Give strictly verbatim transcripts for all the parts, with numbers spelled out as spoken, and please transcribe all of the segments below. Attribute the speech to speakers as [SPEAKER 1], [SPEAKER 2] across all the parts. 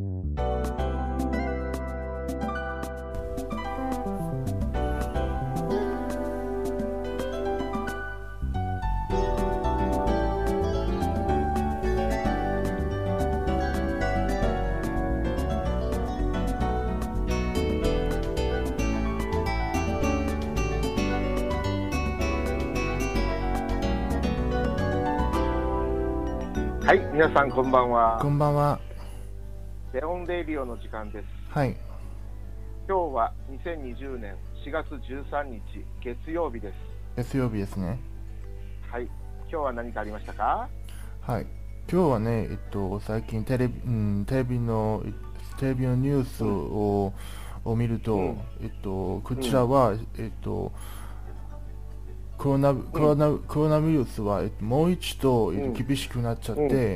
[SPEAKER 1] はい、皆さんこんばんは。
[SPEAKER 2] こんばんは。
[SPEAKER 1] レオンレイディオの時間です。
[SPEAKER 2] はい。
[SPEAKER 1] 今日はにせんにじゅうねんしがつじゅうさんにち月曜日です。
[SPEAKER 2] 月曜日ですね。
[SPEAKER 1] はい。今日は何かありましたか？
[SPEAKER 2] はい。今日はね、えっと最近テレビ、うん、テレビのテレビのニュースを、うん、を見ると、うん、えっとこちらは、うん、えっとコロナコロナ、うん、コロナウイルスは、えっと、もう一度、えっと、厳しくなっちゃって、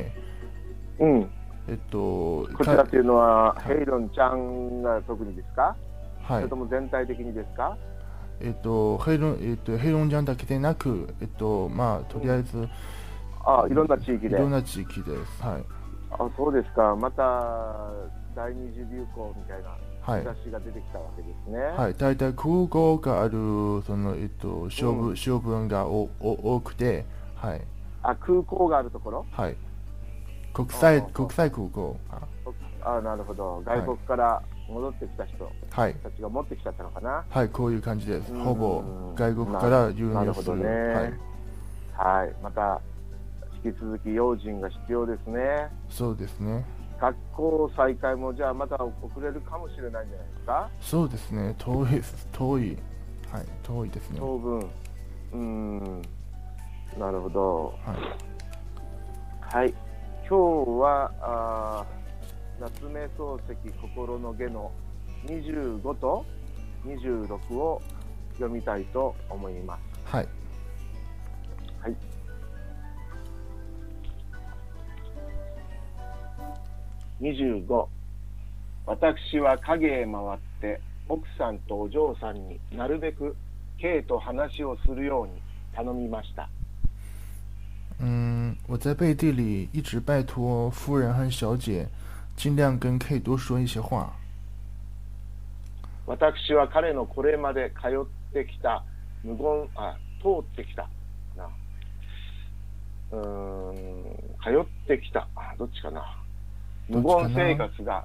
[SPEAKER 1] うんうん、
[SPEAKER 2] えっと
[SPEAKER 1] こちらっていうのは、はい、ヘイロンちゃんが特にですか？
[SPEAKER 2] はい。
[SPEAKER 1] それとも全体的にですか？
[SPEAKER 2] えっとヘイロン、えっと、ヘイロンちゃんだけでなく、えっとまあとりあえず、うん、
[SPEAKER 1] あいろんな地域で。
[SPEAKER 2] いろんな地域です。はい。
[SPEAKER 1] あ、そうですか。また第二次流行みたいな。
[SPEAKER 2] はい、
[SPEAKER 1] 兆しが出てきたわけですね。
[SPEAKER 2] はい、だいたい空港があるその、えっと、勝負、うん、勝負がおお多くて、はい。
[SPEAKER 1] あ、空港があるところ？
[SPEAKER 2] はい。国際国際空港。
[SPEAKER 1] あ、なるほど。外国から戻ってきた人
[SPEAKER 2] た
[SPEAKER 1] ちが持ってきちゃったのかな。
[SPEAKER 2] はい、こういう感じです。ほぼ外国から輸入する。
[SPEAKER 1] ね、
[SPEAKER 2] はい。
[SPEAKER 1] はい。また引き続き用心が必要ですね。
[SPEAKER 2] そうですね。
[SPEAKER 1] 学校再開もじゃあまた遅れるかもしれないんじゃないですか？
[SPEAKER 2] そうですね。遠い遠いはい遠いですね。
[SPEAKER 1] 当分うーんなるほど。はい。はい、今日はあ夏目漱石心の下のにじゅうごとにじゅうろくを読みたいと思います。
[SPEAKER 2] はい。
[SPEAKER 1] はい。にじゅうご、私は影へ回って奥さんとお嬢さんになるべく K と話をするように頼みました。
[SPEAKER 2] 嗯，我在背地里一直拜托夫人和小姐尽量跟 K 多说一些话。
[SPEAKER 1] 私は彼のこれまで通ってきた無言あ通ってきたなうーん通ってきたどっちかな無言生活が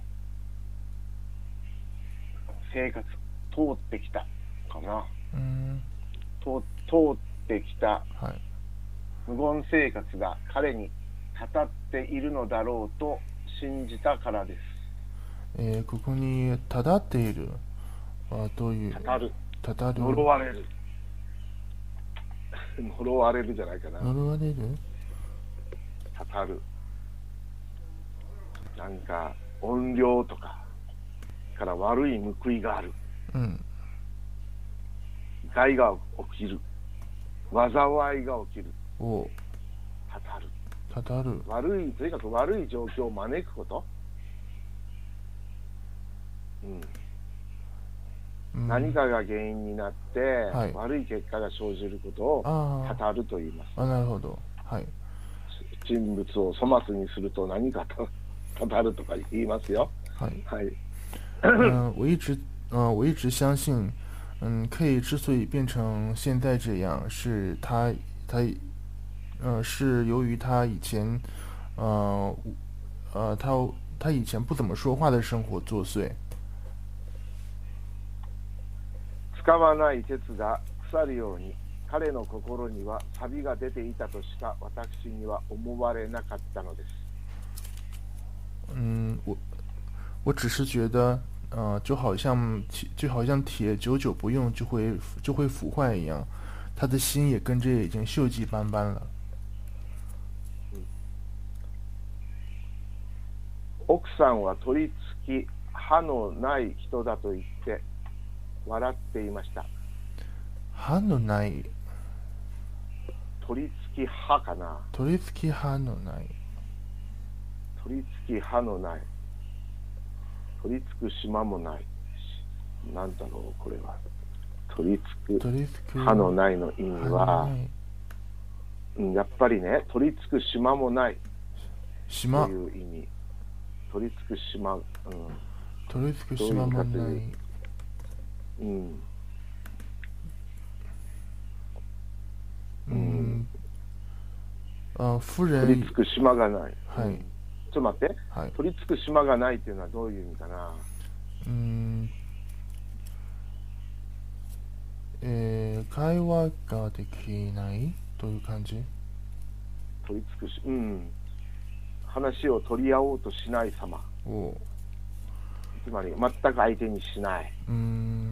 [SPEAKER 1] 生活通ってきたかな、
[SPEAKER 2] うん、
[SPEAKER 1] 通, 通ってきた、
[SPEAKER 2] はい、
[SPEAKER 1] 無言生活が彼にたたっているのだろうと信じたからです。
[SPEAKER 2] えー、ここにたたっているはどういう？
[SPEAKER 1] たたる、
[SPEAKER 2] たたる、
[SPEAKER 1] 呪われる呪われるじゃないかな。
[SPEAKER 2] 呪われる？
[SPEAKER 1] たたる、なんか怨霊とかから悪い報いがある、
[SPEAKER 2] うん、
[SPEAKER 1] 害が起きる、災いが起きる、
[SPEAKER 2] お
[SPEAKER 1] たたる、
[SPEAKER 2] たたる、
[SPEAKER 1] 悪いとにかく悪い状況を招くこと、うん、何かが原因になって、はい、悪い結果が生じることをたたると言います。
[SPEAKER 2] あ、なるほど。はい。
[SPEAKER 1] 人物を粗末にすると何かとたたるとか言いますよ。
[SPEAKER 2] はい。
[SPEAKER 1] はい。
[SPEAKER 2] 嗯，我一直，呃，我一直相信，嗯，K 之所以变成现在这样，是他，他，呃，是由于他以前，呃，呃，他他以前不怎么说话的生活作祟。
[SPEAKER 1] 使わない鉄が腐るように彼の心には錆が出ていたとしか私には思われなかったのです。
[SPEAKER 2] 嗯，我我只是觉得，呃，就好像就好像铁久久不用就会就会腐坏一样，他的心也跟着已经锈迹斑斑了。
[SPEAKER 1] 奥さんは取り付き歯のない人だと言って笑っていました。
[SPEAKER 2] 歯のない
[SPEAKER 1] 取り付き歯かな。
[SPEAKER 2] 取り付き歯のない
[SPEAKER 1] 取り付き歯のない取り付く島もない。なんだろうこれは。取り付く歯のないの意味は、うん、やっぱりね取り付く島もないという意味。 取り付く島、うん、
[SPEAKER 2] 取り付く島もない。
[SPEAKER 1] うん。
[SPEAKER 2] うん。あ、夫人。
[SPEAKER 1] 取り付く島がない。
[SPEAKER 2] はい。うん、
[SPEAKER 1] ちょっと待って、はい。取り付く島がないっていうのはどういう意味かな。
[SPEAKER 2] うん。えー、会話ができないという感じ。
[SPEAKER 1] 取り付くし、うん。話を取り合おうとしない様。
[SPEAKER 2] お
[SPEAKER 1] つまり全く相手にしない。
[SPEAKER 2] うん。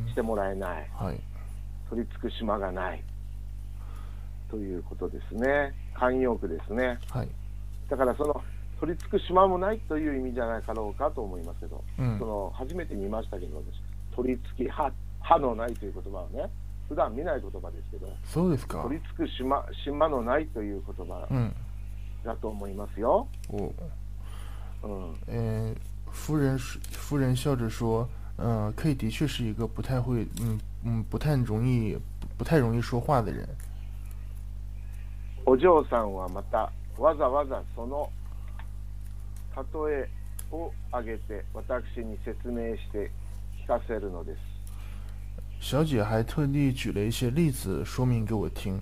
[SPEAKER 1] してもらえない。
[SPEAKER 2] はい。
[SPEAKER 1] 取り付く島がない。ということですね。慣用句ですね。
[SPEAKER 2] はい。
[SPEAKER 1] だからその取り付く島もないという意味じゃないかろうかと思いますけど、うん、その初めて見ましたけど、私取り付き歯歯のないという言葉はね、普段見ない言葉ですけど、
[SPEAKER 2] そうですか。
[SPEAKER 1] 取り付く島島のないという言葉だと思いますよ。
[SPEAKER 2] うん。
[SPEAKER 1] 嗯，
[SPEAKER 2] 呃，夫人夫人笑着说：“嗯、呃、，K 的确是一个不太会，嗯嗯，不太容易不不太容易说话的人。”
[SPEAKER 1] お嬢さんはまたわざわざその例えを挙げて私に説明して聞かせるのです。
[SPEAKER 2] 小姐还特地举了一些例子说明给我听。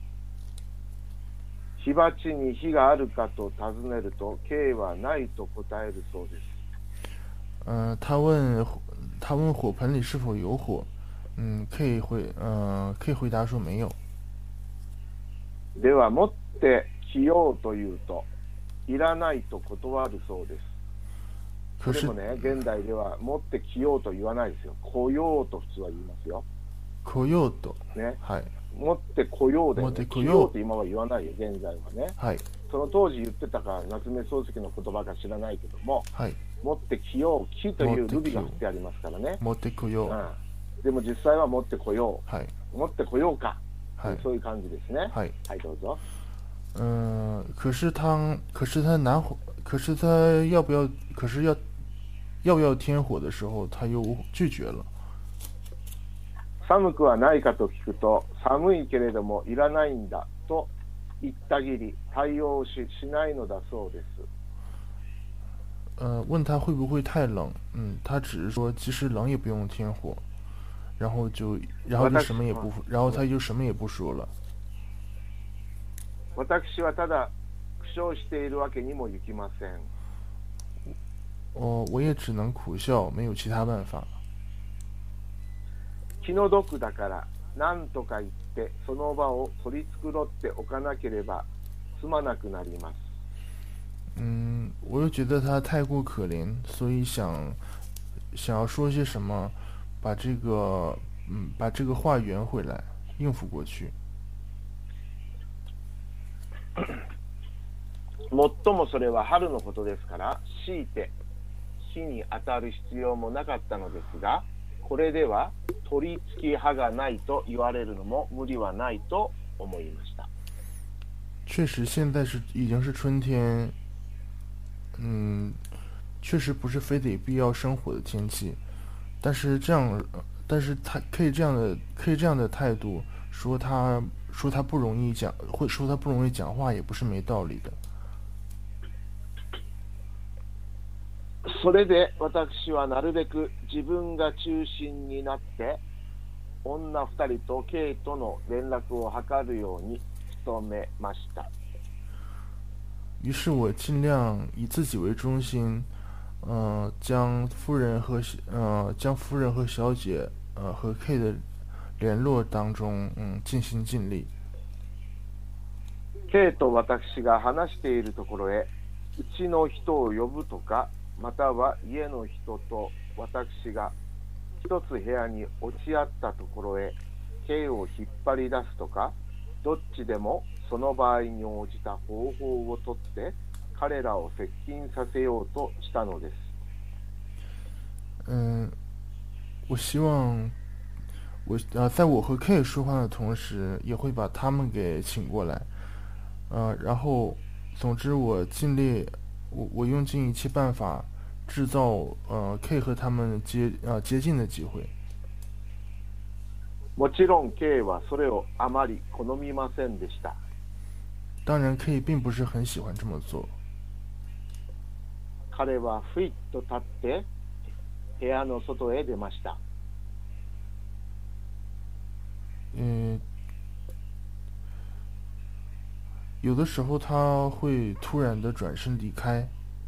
[SPEAKER 1] 火鉢に火があるかと尋ねると K はないと答えるそうです。
[SPEAKER 2] 嗯、呃，他问他问火盆里是否有火，嗯 ，K 回嗯、呃、K 回答说没有。
[SPEAKER 1] では持ってきようというといらないと断るそうです。これもね、現代では持ってきようと言わないですよ。来ようと普通は言いますよ。
[SPEAKER 2] 来ようと。
[SPEAKER 1] ね。
[SPEAKER 2] はい。
[SPEAKER 1] 持ってこようで、ね、
[SPEAKER 2] 持ってこ
[SPEAKER 1] よう。ようって今は言わないよ、現在はね。
[SPEAKER 2] はい。
[SPEAKER 1] その当時言ってたか夏目漱石の言葉か知らないけども、
[SPEAKER 2] はい。
[SPEAKER 1] 持ってきよう、きというルビが振ってありますからね。
[SPEAKER 2] 持ってこよう。うん、
[SPEAKER 1] でも実際は持ってこよ
[SPEAKER 2] う。はい。
[SPEAKER 1] 持ってこようか。
[SPEAKER 2] はい。
[SPEAKER 1] そういう感じですね。
[SPEAKER 2] はい。
[SPEAKER 1] はい、どうぞ。
[SPEAKER 2] 嗯，可是他，可是他拿火，可是他要不要，可是要，要不要添火的时候，他又拒绝了。
[SPEAKER 1] 寒くはないかと聞くと、寒いけれどもいらないんだと言ったきり対応 し, しないのだそうです。
[SPEAKER 2] 呃，问他会不会太冷，嗯，他只是说即使冷也不用添火，然后就，然后就什么也不，然后他就什么也不说了。
[SPEAKER 1] 私はただ苦笑しているわけにもいきません。
[SPEAKER 2] 哦，我也只能苦笑，没有其他办法。
[SPEAKER 1] 気の毒だから何とか言ってその場を取り繕っておかなければ済まなくなります。
[SPEAKER 2] 嗯，我又觉得他太过可怜，所以想想要说些什么，把这个嗯把这个话圆回来，应付过去。
[SPEAKER 1] もっともそれは春のことですから強いて火に当たる必要もなかったのですが、これでは取り付き歯がないと言われるのも無理はないと思いました。
[SPEAKER 2] 确实现在是已经是春天，嗯，确实不是非得必要生火的天气，但是这样，但是他可以这样的可以这样的态度说他说他不容易讲，会说他不容易讲话，也不是没道理的。
[SPEAKER 1] それで私はなるべく自分が中心になって女二人と K との連絡を図るように努めました。
[SPEAKER 2] 于是我尽量以自己为中心，呃，将夫人和呃将夫人和小姐呃和 K 的联络当中，嗯，尽心尽力。
[SPEAKER 1] K と私が話しているところへうちの人を呼ぶとか、または家の人と私が一つ部屋に落ち合ったところへ K を引っ張り出すとか、どっちでもその場合に応じた方法をとって彼らを接近させようとしたのです。
[SPEAKER 2] 嗯，我希望我呃，在我和 K 说话的同时，也会把他们给请过来，呃，然后，总之我尽力，我我用尽一切办法制造呃 K 和他们接呃接近的机会。
[SPEAKER 1] もちろん K はそれをあまり好みませんでした。
[SPEAKER 2] 当然 K 并不是很喜欢这么做。
[SPEAKER 1] 彼はふいっと立って部屋の外へ出ました。
[SPEAKER 2] 嗯，有的时候他会突然的转身离开，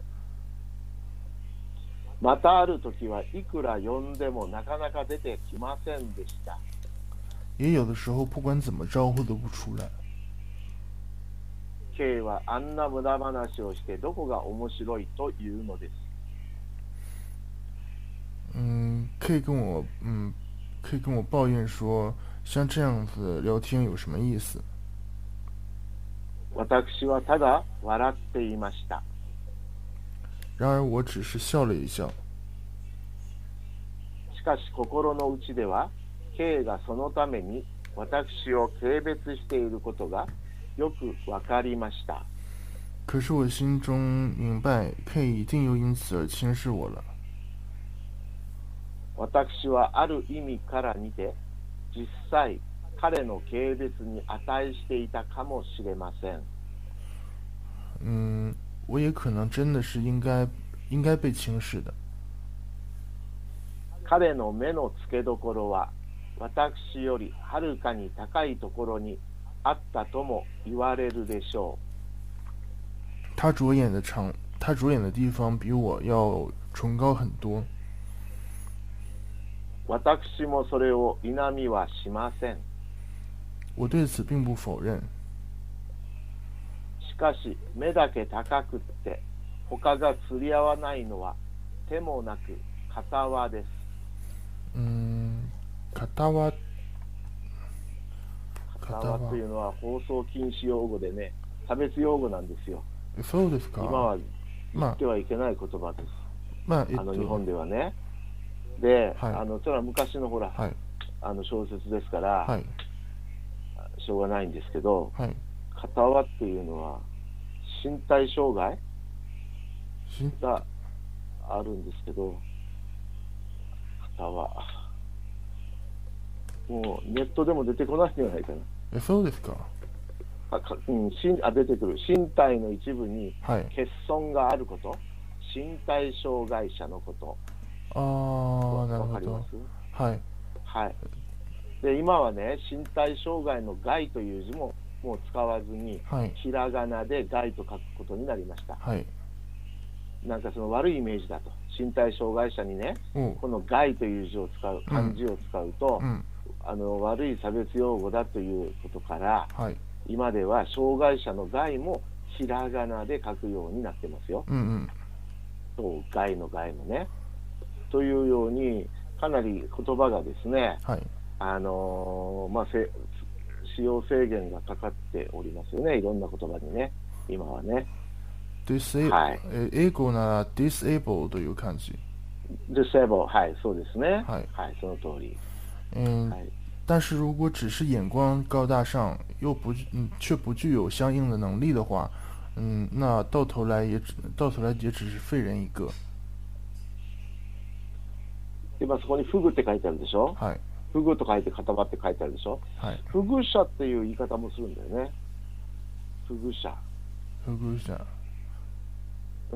[SPEAKER 1] またある時はいくら呼んでもなかなか出てきませんでした。
[SPEAKER 2] 也有的时候不管怎么招呼都不出来。
[SPEAKER 1] K はあんな無駄話をしてどこが面白いというのです。
[SPEAKER 2] 嗯，可以跟我嗯，可以跟我抱怨说，像这样子聊天有什么意思？
[SPEAKER 1] 私はただ笑っていました。
[SPEAKER 2] 然而我只是笑了一笑。
[SPEAKER 1] しかし心の内では K がそのために私を軽蔑していることがよくわかりました。
[SPEAKER 2] 可是我心中明白 K 一定又因此而轻视我了。
[SPEAKER 1] 私はある意味から見て実際彼の軽蔑に値していたかもしれません。
[SPEAKER 2] 嗯，我也可能真的是应该应该被轻视的。
[SPEAKER 1] 彼の目の付けどころは私よりはるかに高いところにあったとも言われるでしょう。
[SPEAKER 2] 他着眼的场，他着眼的地方比我要崇高很多。
[SPEAKER 1] 私もそれを否みはしません。
[SPEAKER 2] 我对此并不否认。
[SPEAKER 1] しかし目だけ高くって他が釣り合わないのは手もなく片輪です。
[SPEAKER 2] 嗯，片輪
[SPEAKER 1] 片輪というのは放送禁止用語でね、差別用語なんですよ。
[SPEAKER 2] そうですか。
[SPEAKER 1] 今は言ってはいけない言葉です。
[SPEAKER 2] まあ、えっと、
[SPEAKER 1] あの日本ではね。で、
[SPEAKER 2] はい、
[SPEAKER 1] あのそれは昔のほら、
[SPEAKER 2] はい、
[SPEAKER 1] あの小説ですから、
[SPEAKER 2] はい、
[SPEAKER 1] しょうがないんですけど、
[SPEAKER 2] はい、
[SPEAKER 1] 片輪っていうのは身体障害があるんですけど、片輪もうネットでも出てこないんじゃないかな。
[SPEAKER 2] え、そうですか。
[SPEAKER 1] あか、うん、しあ出てくる身体の一部に
[SPEAKER 2] はい
[SPEAKER 1] 欠損があること、身体障害者のこと。
[SPEAKER 2] ああ、なるほど。はい。
[SPEAKER 1] はい。で、今はね、身体障害の害という字ももう使わずに、
[SPEAKER 2] はい、
[SPEAKER 1] ひらがなで害と書くことになりました。
[SPEAKER 2] はい。
[SPEAKER 1] なんかその悪いイメージだと。身体障害者にね、この害という字を使う、漢字を使うと、うん、あの悪い差別用語だということから、はい、今では障害者の害もひらがなで書くようになってますよ。
[SPEAKER 2] うんうん、
[SPEAKER 1] そう害の害もね。というようにかなり言葉がですね、はい、あのーまあ、せ使用制限がかかっておりますよね、いろんな言葉にね、今はね。
[SPEAKER 2] Disable、はい、英語なら disable という漢字。
[SPEAKER 1] disable、はい、そうですね。
[SPEAKER 2] はい、
[SPEAKER 1] はい、その通り。
[SPEAKER 2] 嗯、はい、但是如果只是眼光高大上，又不嗯却不具有相应的能力的话，嗯，那到头来也只到头来也只是废人一个。
[SPEAKER 1] 今そこにフグって書いてあるでしょ。
[SPEAKER 2] はい。
[SPEAKER 1] フグと書いて片場って書いてあるでしょ。
[SPEAKER 2] はい。
[SPEAKER 1] フグ者っていう言い方もするんだよね。フグ者。
[SPEAKER 2] フグ者。
[SPEAKER 1] うん。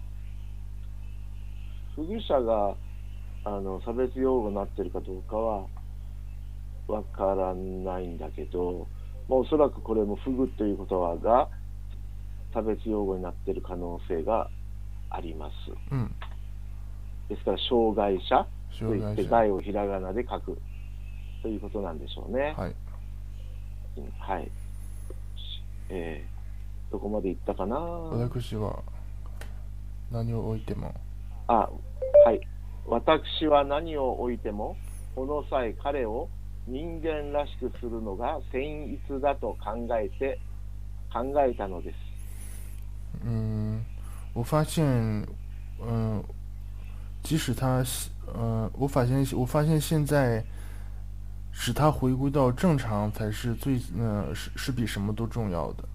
[SPEAKER 1] フグ者があの差別用語になってるかどうかはわからないんだけど、まあ、おそらくこれもフグという言葉が差別用語になっている可能性があります。
[SPEAKER 2] うん。
[SPEAKER 1] ですから障害者といって害をひらがなで書くということなんでしょうね。
[SPEAKER 2] はい。
[SPEAKER 1] はい。えー、どこまで行ったかな。
[SPEAKER 2] 私は何を置いても。
[SPEAKER 1] あ、はい。私は何を置いてもこの際彼を人間らしくするのが善逸だと考えて考えたのです。
[SPEAKER 2] 嗯，我发现，嗯、呃。即使他，呃，我发现，我发现现在使他回归到正常才是最，呃，是是比什么都重要的。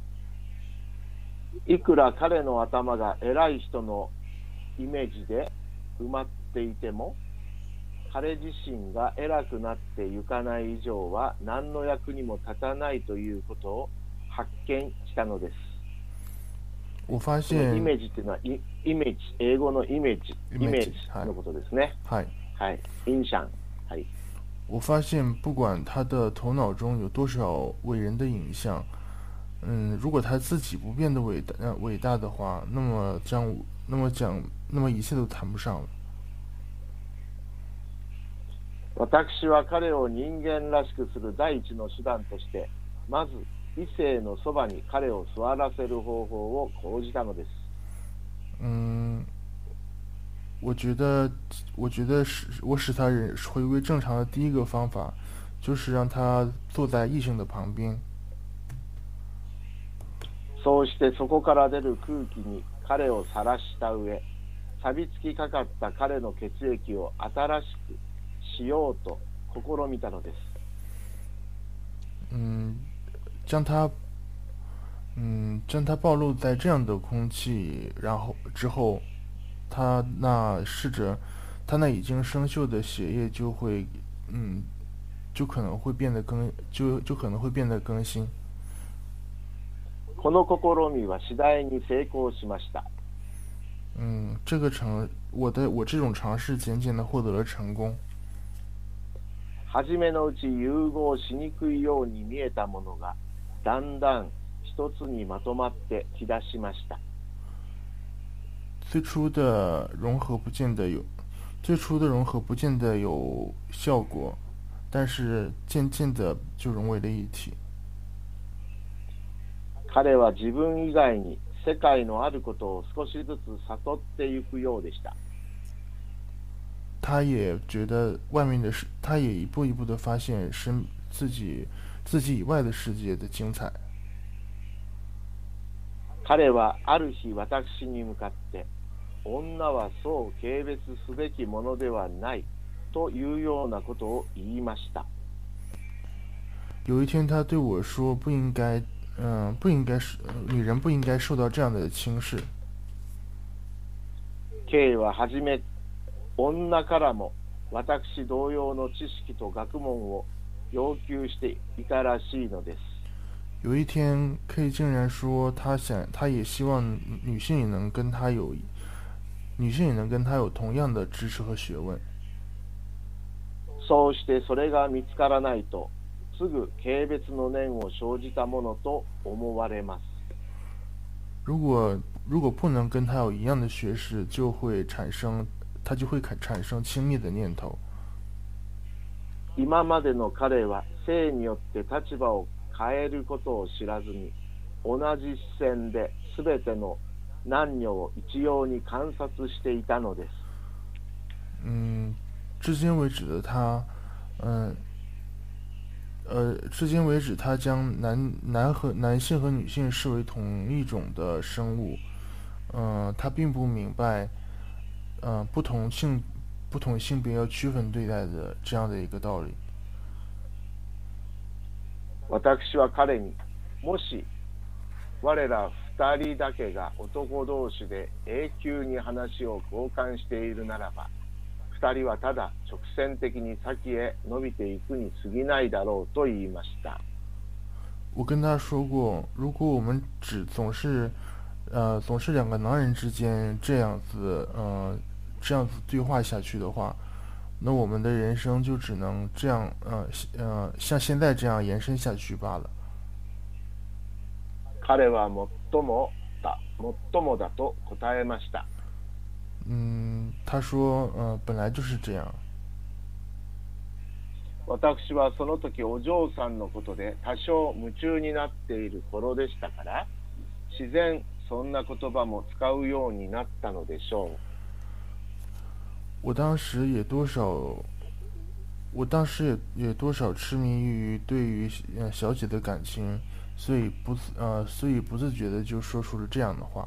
[SPEAKER 1] いくら彼の頭が偉い人のイメージで埋まっていても、彼自身が偉くなってゆかない以上は何の役にも立たないということを発見したのです。
[SPEAKER 2] 我发现
[SPEAKER 1] イメージっていうのはイイメージ、英語のイメージ、イメージのことですね。
[SPEAKER 2] はい。
[SPEAKER 1] はい。印象。はい。
[SPEAKER 2] 我发现不管他的头脑中有多少伟人的影像，嗯，如果他自己不变得伟大、呃、伟大的话，那么这样，那么讲，那么一切都谈不上了。
[SPEAKER 1] 私は彼を人間らしくする第一の手段として、まず異性のそばに彼を座らせる方法を講じたのです。
[SPEAKER 2] 嗯，我觉得，我觉得使我使他人回归正常的第一个方法，就是让他坐在异性的旁边。
[SPEAKER 1] そうしてそこから出る空気に彼をさらした上、錆びつきかかった彼の血液を新しくしようと試みたのです。
[SPEAKER 2] 嗯，将它，嗯，将它暴露在这样的空气，然后之后，他那试着，他那已经生锈的血液就会，嗯，就可能会变得更，就就可能会变得更新。
[SPEAKER 1] この試みは次第に成功しました。
[SPEAKER 2] 嗯，这个尝我的我这种尝试渐渐的获得了成功。
[SPEAKER 1] 初めのうち融合しにくいように見えたものが、だんだん一つにまとまってきだしました。
[SPEAKER 2] 最初的融合不见得有，最初的融合不见得有效果，但是渐渐的就融为了一体。
[SPEAKER 1] 彼は自分以外に世界のあることを少しずつ悟っていくようでした。
[SPEAKER 2] 他也觉得外面的世，他也一步一步的发现身自己自己以外的世界的精彩。
[SPEAKER 1] 彼はある日私に向かって、女はそう軽蔑すべきものではないというようなことを言いました。
[SPEAKER 2] 有一天，他对我说：“不应该。”嗯，不应该是女人不应该受到这样的轻视。
[SPEAKER 1] K ははじめ女からも私同様の知識と学問を要求していたらしいのです。
[SPEAKER 2] 有一天 ，K 竟然说他想，他也希望女性也能跟他有，女性也能跟他有同样的知识和学问。
[SPEAKER 1] そうしてそれが見つからないと。すぐ軽蔑の念を生じたものと思われます。
[SPEAKER 2] 如果如果不能跟他有一样的学识，就会产生他就会产生轻蔑的念头。
[SPEAKER 1] 今までの彼は性によって立場を変えることを知らずに、同じ視線で全ての男女を一様に観察していたのです。
[SPEAKER 2] 嗯，至今为止的他，嗯。呃，至今为止，他将男男和男性和女性视为同一种的生物。嗯、呃，他并不明白，嗯、呃，不同性不同性别要区分对待的这样的一个道理。
[SPEAKER 1] 私は彼に、もし我ら二人だけが男同士で永久に話を交換しているならば。二人はただ直線的に先へ伸びていくに過ぎないだろうと言いました。
[SPEAKER 2] 我跟他说过，如果我们只总是，呃，总是两个男人之间这样子，呃，这样子对话下去的话，那我们的人生就只能这样，呃，呃，像现在这样延伸下去罢了。
[SPEAKER 1] 彼は最もだ、最もだと答えました。
[SPEAKER 2] 嗯，他说，呃，本来就是这样。
[SPEAKER 1] 私はその時お嬢さんのことで多少夢中になっている頃でしたから、自然そんな言葉も使うようになったのでしょう。
[SPEAKER 2] 我当时也多少，我当时也也多少痴迷于对于呃小姐的感情，所以不呃，所以不自觉的就说出了这样的话。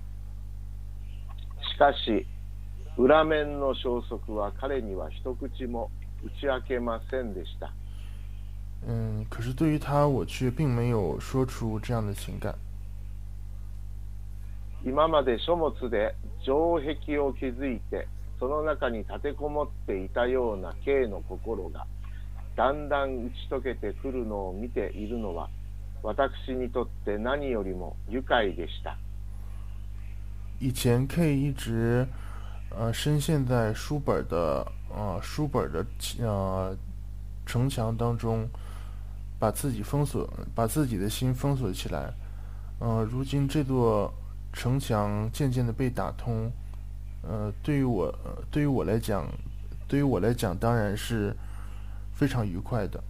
[SPEAKER 1] しかし、裏面の消息は彼には一口も打ち明けませんでした。
[SPEAKER 2] 嗯，可是对于他，我却并没有说出这样的情感。
[SPEAKER 1] 今まで書物で城壁を築いて、その中に立てこもっていたような K の心が、だんだん打ち解けてくるのを見ているのは、私にとって何よりも愉快でした。
[SPEAKER 2] 以前 K 一直呃深陷在书本的呃书本的呃城墙当中，把自己封锁，把自己的心封锁起来。呃，如今这座城墙渐渐的被打通，呃，对于我，呃对于我来讲，对于我来讲，当然是非常愉快的。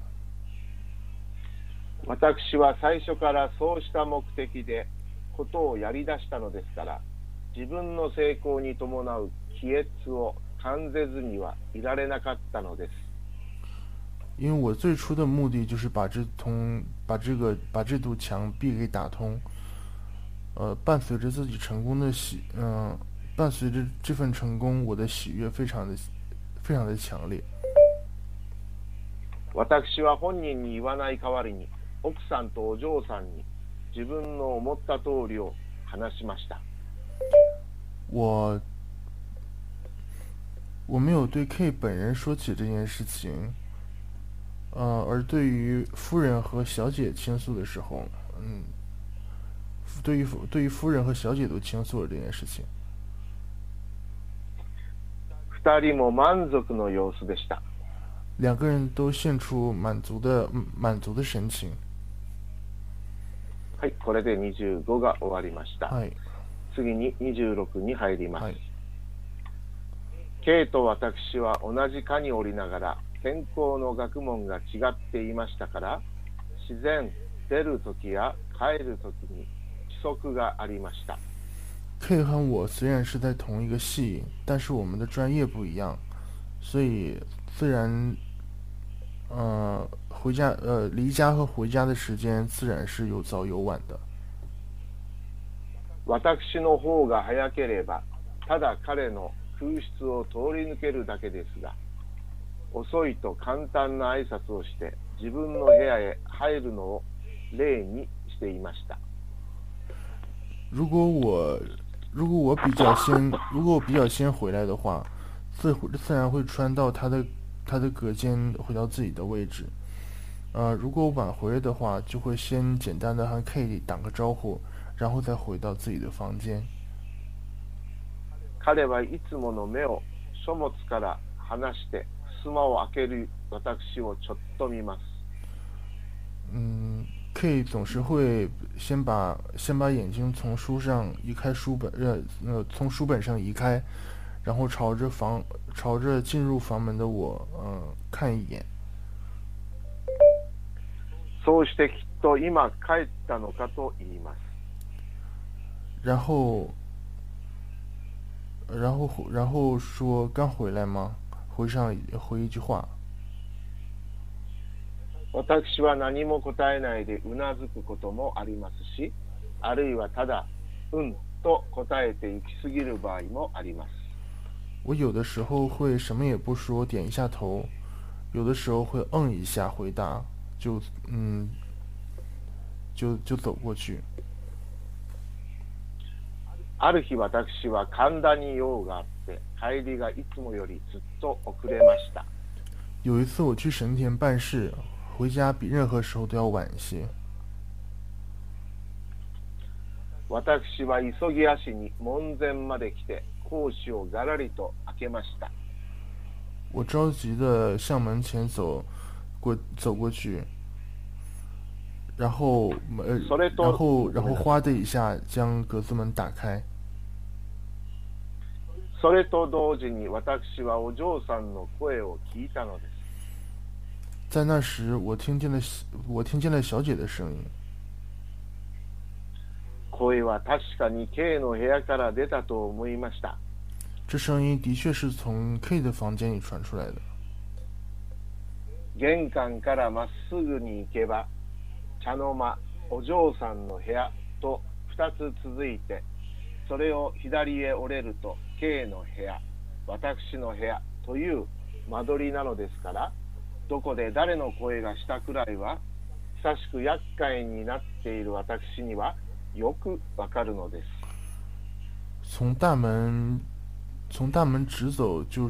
[SPEAKER 1] 私は最初からそうした目的でことをやり出したのですから、自分の成功に伴う亀裂を感じずにはいられなかったのです。
[SPEAKER 2] 因为我最初的目的就是把这通，把这个，把这堵墙壁给打通。呃，伴随着自己成功的喜，嗯、呃，伴随着这份成功，我的喜悦非常的，非常的强烈。
[SPEAKER 1] 私は本人に言わない代わりに、奥さんとお嬢さんに自分の思った通りを話しました。
[SPEAKER 2] 我我没有对 K 本人说起这件事情，呃，而对于夫人和小姐倾诉的时候，嗯，对于对于夫人和小姐都倾诉了这件事情。
[SPEAKER 1] 二人も満足の様子でした。
[SPEAKER 2] 两个人都现出满足的满足的神情。
[SPEAKER 1] はい、これでにじゅうごが終わりました。
[SPEAKER 2] はい。
[SPEAKER 1] 次ににじゅうろくに入ります。
[SPEAKER 2] はい。
[SPEAKER 1] K と私は同じ科におりながら専攻の学問が違っていましたから、自然出るときや帰るときに規則がありました。
[SPEAKER 2] K 和我虽然是在同一个系，但是我们的专业不一样，所以自然，呃，回家呃离家和回家的时间自然是有早有晚的。
[SPEAKER 1] 私の方が早ければ、ただ彼の空室を通り抜けるだけですが、遅いと簡単な挨拶をして自分の部屋へ入るのを例にしていました。
[SPEAKER 2] 如果我如果我比较先如果我比较先回来的话，自自然会穿到他的他的隔间，回到自己的位置。呃，如果我晚回来的话，就会先简单的和 K 打个招呼，然后再回到自己的房间。
[SPEAKER 1] 彼はいつもの目を書物から離して襖を開ける私をちょっと見ます。
[SPEAKER 2] 嗯 ，K 总是会先把先把眼睛从书上移开书本，呃呃，从书本上移开，然后朝着房朝着进入房门的我，嗯、呃，看一眼。
[SPEAKER 1] そうしてきっと今帰ったのかと言います。
[SPEAKER 2] 然后，然后然后说刚回来吗？回上回一句话。
[SPEAKER 1] 私は何も答えないでうなずくこともありますし、あるいはただうんと答えて行き過ぎる場合もあります。
[SPEAKER 2] 我有的时候会什么也不说，点一下头；有的时候会嗯一下回答，就嗯，就就走过去。
[SPEAKER 1] ある日私は神田に用があって帰りがいつもよりずっと遅れました。
[SPEAKER 2] 有一次我去神田办事，回家比任何时候都要晚一些。
[SPEAKER 1] 私は急ぎ足に門前まで来て格子をがらりと開けました。
[SPEAKER 2] 我着急的向门前走过走过去，然后呃，然后然后哗的一下将格子门打开。
[SPEAKER 1] それと同時に私はお嬢さんの声を聞いたのです。
[SPEAKER 2] 在那时，我听见了我听见了小姐的声音。
[SPEAKER 1] 声は確かに K の部屋から出たと思いました。
[SPEAKER 2] 这声音的确是从 K 的房间里传出来的。
[SPEAKER 1] 玄関からまっすぐに行けば、茶の間、お嬢さんの部屋と二つ続いて、それを左へ折れると K の部屋、私の部屋という間取りなのですから、どこで誰の声がしたくらいは、久しく厄介になっている私にはよくわかるのです。
[SPEAKER 2] 从大门从大门直走就是，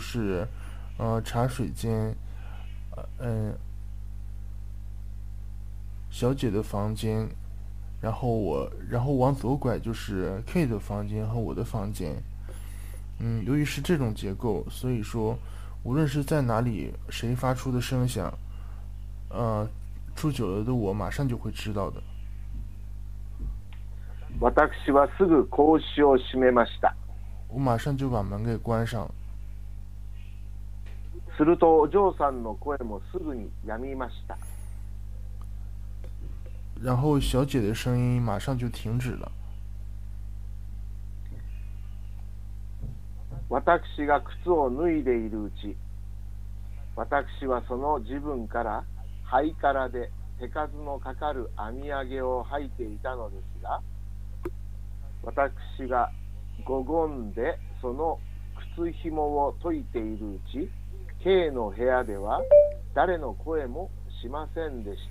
[SPEAKER 2] 呃，茶水间，呃，嗯、呃，小姐的房间， 然后我然后往左拐就是 K 的房间和我的房间。嗯，由于是这种结构，所以说无论是在哪里，谁发出的声响，呃，住久了的我马上就会知道的。
[SPEAKER 1] 私はすぐ格子を閉めました。
[SPEAKER 2] 我马上就把门给关上。
[SPEAKER 1] するとお嬢さんの声もすぐに止みました。
[SPEAKER 2] 然后小姐的声音马上就停止了。
[SPEAKER 1] 私が靴を脱いでいるうち、私はその自分からハイカラで手数のかかる編み上げを履いていたのですが、私がごごんでその靴紐を解いているうち、K の部屋では誰の声もしませんでした。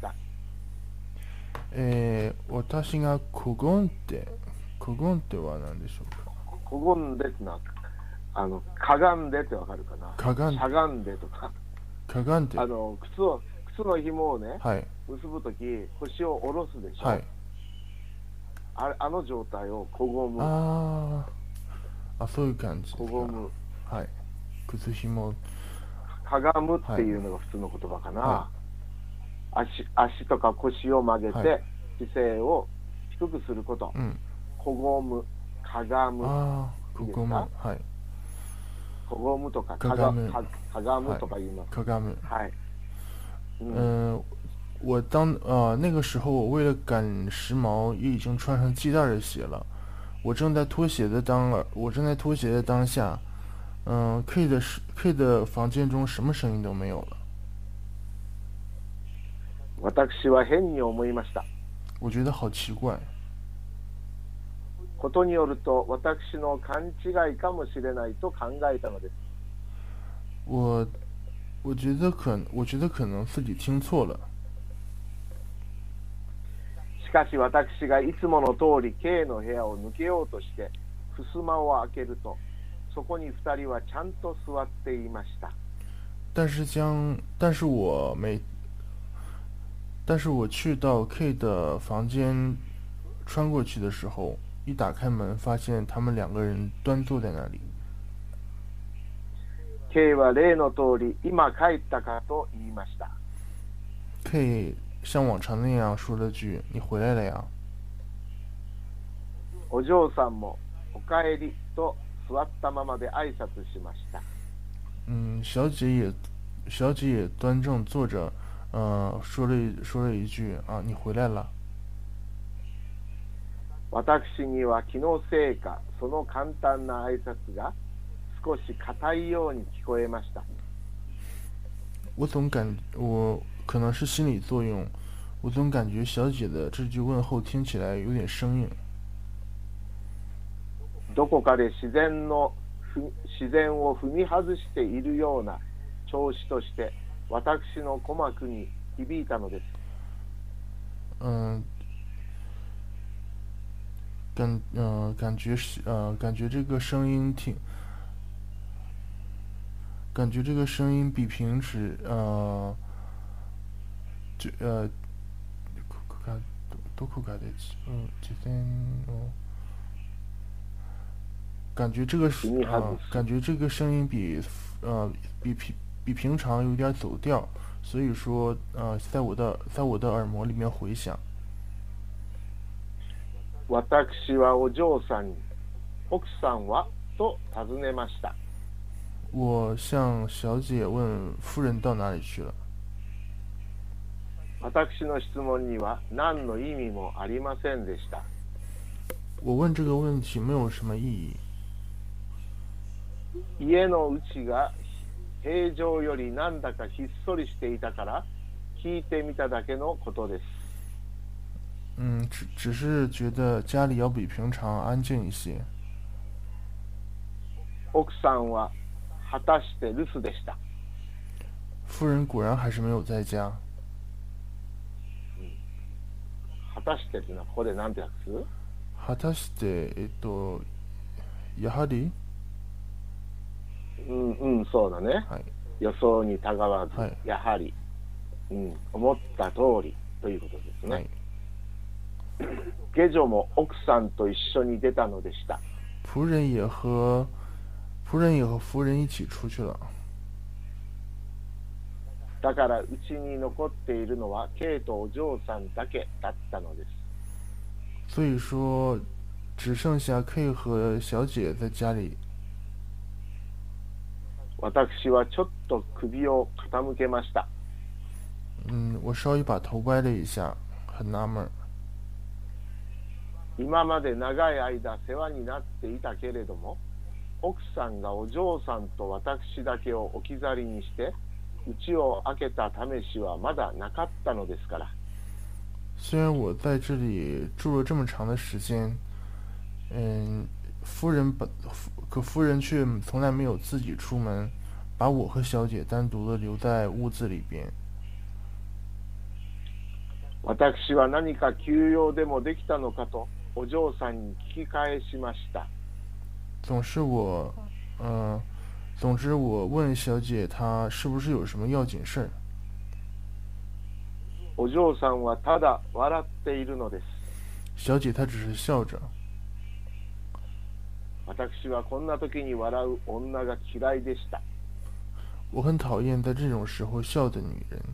[SPEAKER 2] えー、私がこごんってこごんっては何でしょうか。
[SPEAKER 1] こごんでってのはあのかがんでってわかるかな。
[SPEAKER 2] かがん
[SPEAKER 1] しゃがんでとか。
[SPEAKER 2] かがんで。
[SPEAKER 1] あの靴を靴の紐をね、
[SPEAKER 2] はい、
[SPEAKER 1] 結ぶとき腰を下ろすでしょ。
[SPEAKER 2] はい、
[SPEAKER 1] あ, あの状態をこごむ。
[SPEAKER 2] ああ、そういう感じですか。
[SPEAKER 1] こごむ。
[SPEAKER 2] はい。靴紐。
[SPEAKER 1] かがむっていうのが普通の言葉かな。はい、足, 足とか腰を曲げて、はい、姿勢を低くすること。うん、こごむ、かがむ。
[SPEAKER 2] ああ、こごむ。はい。
[SPEAKER 1] こごむとかかがむ、かがむとか言います。
[SPEAKER 2] かがむ。
[SPEAKER 1] はい。
[SPEAKER 2] 嗯、呃，我当呃那个时候，我为了赶时髦，也已经穿上系带的鞋了。我正在脱鞋的当，我正在脱鞋的当下，嗯、呃、，K 的 K 的房间中什么声音都没有了。
[SPEAKER 1] 私は変に思いました。
[SPEAKER 2] 我觉得好奇怪。
[SPEAKER 1] ことによると私の勘違いかもしれないと考えたのです。
[SPEAKER 2] 我我觉得可我觉得可能自己听错了。
[SPEAKER 1] しかし私がいつもの通り K の部屋を抜けようとして襖を開けると、そこに二人はちゃんと座っていました。
[SPEAKER 2] 但是将但是我没但是我去到 K 的房间穿过去的时候，一打开门发现他们两个人端坐在那里。
[SPEAKER 1] K は例の通り今帰ったかと言いました。
[SPEAKER 2] K 像往常那样说了句你回来了呀。
[SPEAKER 1] お嬢さんもおかえりと座ったままで挨拶しました。
[SPEAKER 2] 嗯，小姐也小姐也端正坐着，呃，说了说了一句啊，你回来了。
[SPEAKER 1] 私には気のせいか、その簡単な挨拶が少し硬いように聞こえました。
[SPEAKER 2] 我总感我可能是心理作用，我总感觉小姐的这句問候听起来有点生硬。
[SPEAKER 1] どこかで自然の自然を踏み外しているような調子として私の鼓膜に響いたのです。
[SPEAKER 2] 嗯。感呃感觉是呃感觉这个声音挺，感觉这个声音比平时呃，就呃，どこかで嗯自然哦，感觉这个呃感觉这个声音比呃比平比平常有点走调，所以说呃在我的在我的耳膜里面回响。
[SPEAKER 1] 私はお嬢さんに、奥さんはと尋ねました。
[SPEAKER 2] 我向小姐问夫人到哪里去了。
[SPEAKER 1] 私の質問には何の意味もありませんでした。
[SPEAKER 2] 我问这个问题没有什么意义。
[SPEAKER 1] 家の内が平常よりなんだかひっそりしていたから聞いてみただけのことです。
[SPEAKER 2] 嗯，只只是觉得家里要比平常安静一些。
[SPEAKER 1] 奥さんは果たして留守でした。
[SPEAKER 2] 夫人果然还是没有在家。
[SPEAKER 1] 果たしてっていうのはここで何て訳す？
[SPEAKER 2] 果たしてえっとやはり。
[SPEAKER 1] うんうんそうだね。はい、予想にたがわず、はい、やはり、うん、思った通りということですね。はい、 下女も奥さんと一緒に出たのでした。
[SPEAKER 2] 仆人也和仆人也和夫人一起出去了。
[SPEAKER 1] だからうちに残っているのは K とお嬢さんだけだったのです。
[SPEAKER 2] 所以说，只剩下 K 和小姐在家里。
[SPEAKER 1] 私はちょっと首を傾けました。
[SPEAKER 2] 嗯，我稍微把头歪了一下，很纳闷。
[SPEAKER 1] 今まで長い間世話になっていたけれども、奥さんがお嬢さんと私だけを置き去りにして家を開けた試しはまだなかったのですから。
[SPEAKER 2] 虽然我在这里住了这么长的时间，嗯，夫人本可夫人却从来没有自己出门，把我和小姐单独的留在屋子里边。
[SPEAKER 1] 私は何か急用でもできたのかとお嬢さんに聞き返しました。
[SPEAKER 2] 总是我，嗯、呃，总之我问小姐她是不是有什么要紧事儿。
[SPEAKER 1] お嬢さんはただ笑っているのです。
[SPEAKER 2] 小姐她只是笑着。
[SPEAKER 1] 私はこんな時に笑う女が嫌いでした。
[SPEAKER 2] 我很讨厌在这种时候笑的女人。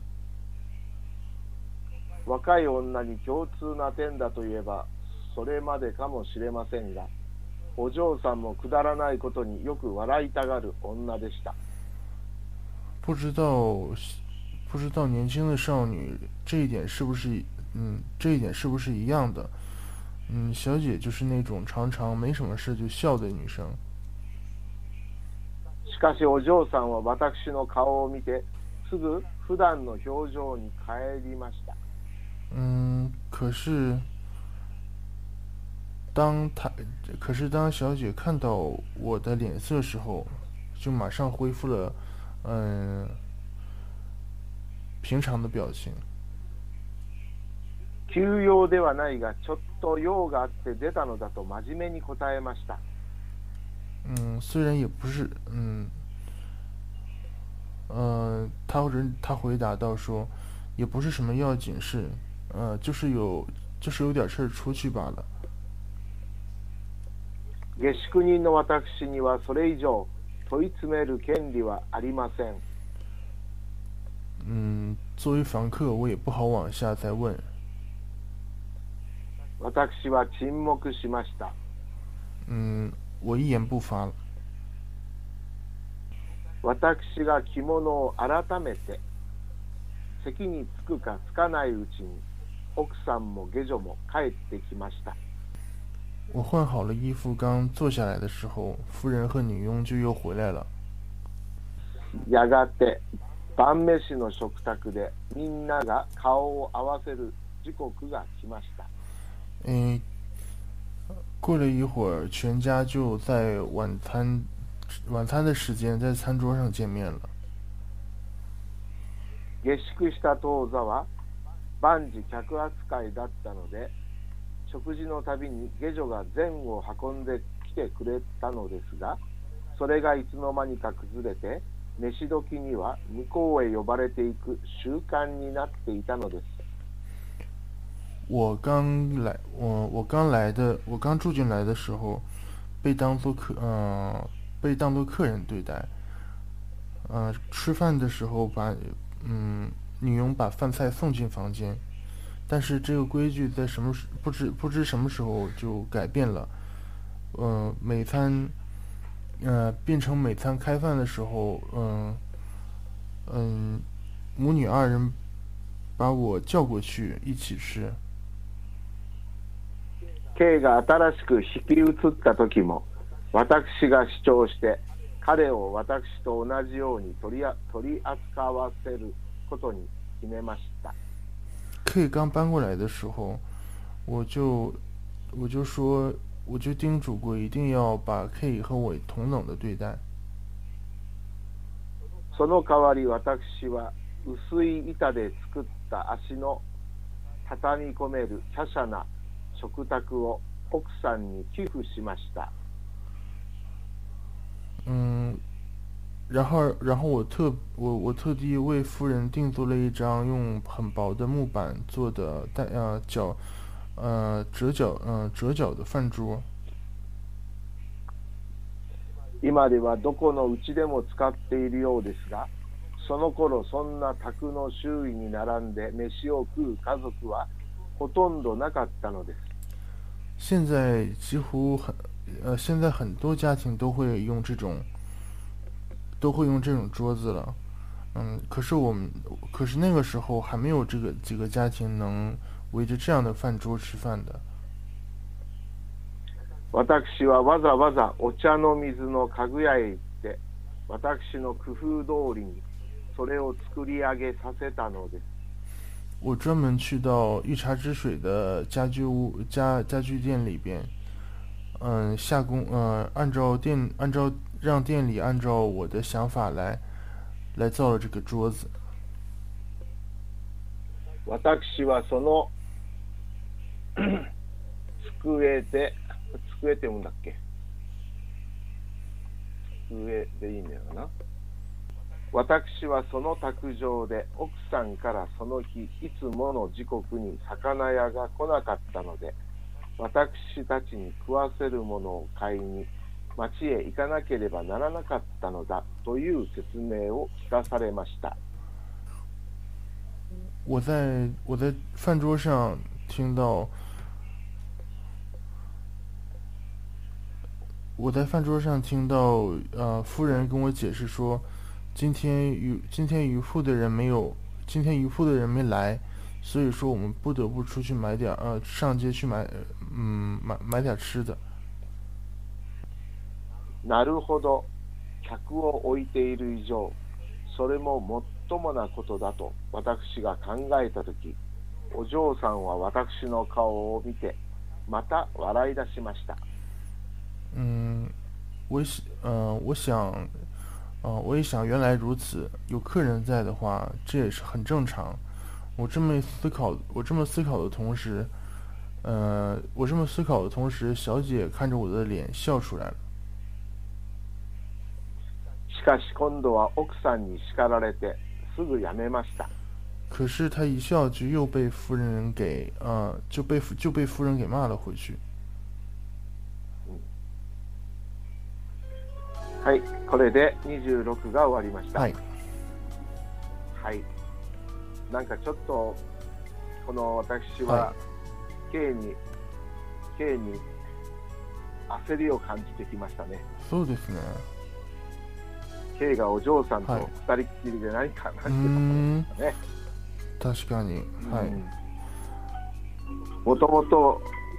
[SPEAKER 1] 若い女に共通な点だといえばそれまでかもしれませんが、お嬢さんもくだらないことによく笑いたがる女でした。
[SPEAKER 2] 不知道，不知道年轻的少女这一点是不是，嗯，这一点是不是一样的？嗯，小姐就是那种常常没什么事就笑的女生。
[SPEAKER 1] しかしお嬢さんは私の顔を見てすぐ普段の表情に帰りました。
[SPEAKER 2] 嗯，可是当她，可是当小姐看到我的脸色时候，就马上恢复了，嗯，平常的表情。
[SPEAKER 1] 急用ではないがちょっと用があって出たのだと真面目に答えました。
[SPEAKER 2] 嗯，虽然也不是，嗯，呃，他人他回答道说，也不是什么要紧事，呃，就是有就是有点事儿出去罢了。
[SPEAKER 1] 下宿人の私にはそれ以上問い詰める権利はありません。
[SPEAKER 2] 嗯，作为房客，我也不好往下再问。
[SPEAKER 1] 私は沈黙しました。
[SPEAKER 2] 嗯，我一言不发了。
[SPEAKER 1] 私が着物を改めて席に着くか着かないうちに奥さんも下女も帰ってきました。
[SPEAKER 2] 我换好了衣服，刚坐下来的时候，夫人和女佣就又回来了。
[SPEAKER 1] やがて晩飯の食卓でみんなが顔を合わせる時刻が来ました。
[SPEAKER 2] 嗯，过了一会儿，全家就在晚餐晚餐的时间在餐桌上见面了。
[SPEAKER 1] 下宿した当座は万事客扱いだったので、食事のたびに下女が膳を運んできてくれたのですが、それがいつの間にか崩れて、飯時には向こうへ呼ばれていく習慣になっていたのです。
[SPEAKER 2] 我刚来，我我刚来的，我刚住进来的时候，被当做客，嗯、呃，被当做客人对待。嗯、呃，吃饭的时候把，嗯，女佣把饭菜送进房间，但是这个规矩在什么时不知不知什么时候就改变了。嗯、呃，每餐，呃，变成每餐开饭的时候，嗯、呃、嗯，母女二人把我叫过去一起吃。
[SPEAKER 1] K が新しく引き移った時も私が主張して彼を私と同じように取り取り扱わせることに決めました。
[SPEAKER 2] K 刚搬过来的时候，我就我就说我就叮嘱过一定要把 K 和我同等的对待。
[SPEAKER 1] その代わり私は薄い板で作った足の畳み込める華奢な食卓を奥さんに寄付しました。
[SPEAKER 2] 嗯，然后然后我特我我特地为夫人定做了一张用很薄的木板做的带呃脚呃折角呃折角的饭桌。
[SPEAKER 1] 今ではどこのうちでも使っているようですが、その頃そんな卓の周囲に並んで飯を食う家族はほとんどなかったのです。
[SPEAKER 2] 现在几乎很呃现在很多家庭都会用这种都会用这种桌子了。嗯，可是我们可是那个时候还没有这个几个家庭能围着这样的饭桌吃饭的。
[SPEAKER 1] 私はわざわざお茶の水の家具屋へ行って、私の工夫通りにそれを作り上げさせたのです。
[SPEAKER 2] 我专门去到一茶之水的家居屋家家具店里边，嗯，下工呃，按照店按照让店里按照我的想法来来造了这个桌子。
[SPEAKER 1] 私はその机で机って言うんだっけ？机でいいんだよな。私はその卓上で奥さんからその日いつもの時刻に魚屋が来なかったので、私たちに食わせるものを買いに町へ行かなければならなかったのだという説明を聞かされました。
[SPEAKER 2] 我在我在饭桌上听到，我在饭桌上听到，呃，夫人跟我解释说，今天渔今天渔夫的人没有，今天渔夫的人没来，所以说我们不得不出去买点呃上街去买嗯买买点吃的。
[SPEAKER 1] なるほど、客を置いている以上、それももっともなことだと私が考えたとき、お嬢さんは私の顔を見てまた笑い出しました。
[SPEAKER 2] 嗯，我想呃我想呃我也想原来如此，有客人在的话，这也是很正常。我这么思考，我这么思考的同时，呃，我这么思考的同时，小姐看着我的脸笑出来了。
[SPEAKER 1] しかし今度は奥さんに叱られてすぐやめました。
[SPEAKER 2] 可是她一笑就又被夫人给呃就被就被夫人给骂了回去。
[SPEAKER 1] はい、これでにじゅうろくが終わりました。
[SPEAKER 2] はい。
[SPEAKER 1] はい。なんかちょっとこの私は、
[SPEAKER 2] はい、
[SPEAKER 1] K に K に焦りを感じてきましたね。
[SPEAKER 2] そうですね。
[SPEAKER 1] K がお嬢さんと二人っきりで何か何ていうかね。
[SPEAKER 2] 確かに。はい。
[SPEAKER 1] もともと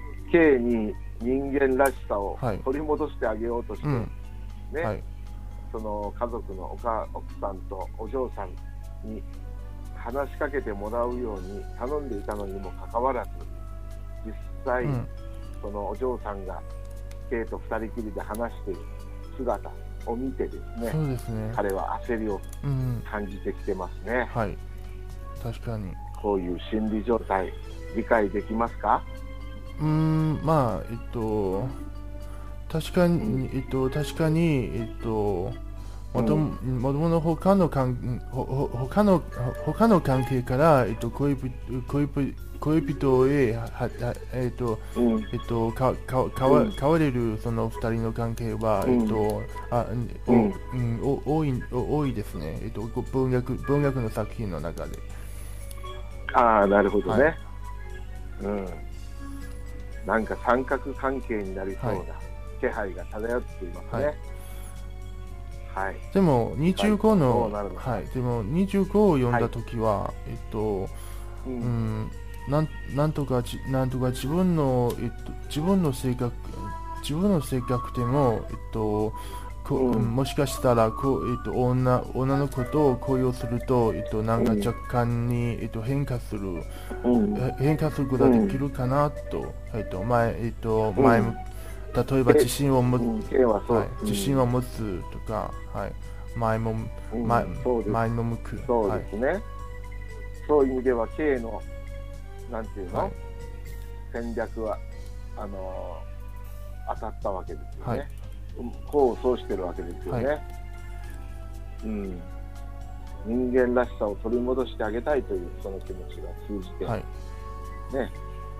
[SPEAKER 1] K に人間らしさを
[SPEAKER 2] はい、
[SPEAKER 1] 取り戻してあげようとして、
[SPEAKER 2] うん
[SPEAKER 1] ね、
[SPEAKER 2] はい、
[SPEAKER 1] その家族のおか奥さんとお嬢さんに話しかけてもらうように頼んでいたのにもかかわらず、実際、うん、そのお嬢さんが K と二人きりで話している姿を見てですね、
[SPEAKER 2] そうですね、
[SPEAKER 1] 彼は焦りを感じてきてますね。
[SPEAKER 2] うん、はい、確かに。
[SPEAKER 1] こういう心理状態理解できますか？
[SPEAKER 2] うーん、まあえっと確かに、えっと、確かに、えっと、もともとの他の関他の他の関係から、えっと、恋人恋人恋人へはえっと、うん、えっとかかかわ変われるその二人の関係は、うん、えっとあお、うん、お多い多いですね。えっと文学文学の作品の中で。
[SPEAKER 1] ああ、なるほどね。はい、うん。なんか三角関係になりそうな。はい、気配が漂っていますね。はい。はい、
[SPEAKER 2] でもにじゅうごの、はい、でもにじゅうごを読んだときは、はい、えっと、うん、うん、なんなんとかじなんとか自分のえっと自分の性格自分の性格でもえっとこ、うん、もしかしたらこうえっと女女の子と恋をするとえっとなんか若干に、うん、えっと変化する、うん、変化することができるかなと、えっと前えっと前向き例えば自信を持つ、はい、自信を持つとか、はい、前も、うん、前, 前の向く。
[SPEAKER 1] そうですね、はい。そういう意味では K のなんていうの、はい、戦略はあのー、当たったわけですよね。はい、こうそうしてるわけですよね。はい、うん。人間らしさを取り戻してあげたいというその気持ちが通じて、はい、ね、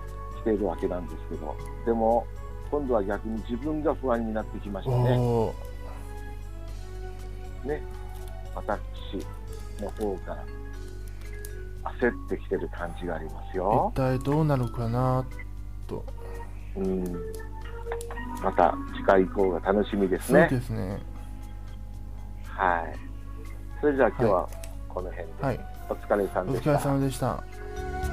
[SPEAKER 1] しているわけなんですけど、でも今度は逆に自分が不安になってきましたね。
[SPEAKER 2] お
[SPEAKER 1] ね、私の方から焦ってきてる感じがありますよ。
[SPEAKER 2] 一体どうなるかなと。
[SPEAKER 1] うん、また次回以降が楽しみです
[SPEAKER 2] そう
[SPEAKER 1] ね。
[SPEAKER 2] ですね。
[SPEAKER 1] はい。それじゃあ今日はこの辺で、
[SPEAKER 2] はい。
[SPEAKER 1] お疲れさん
[SPEAKER 2] お
[SPEAKER 1] でした。
[SPEAKER 2] 疲れ様でした。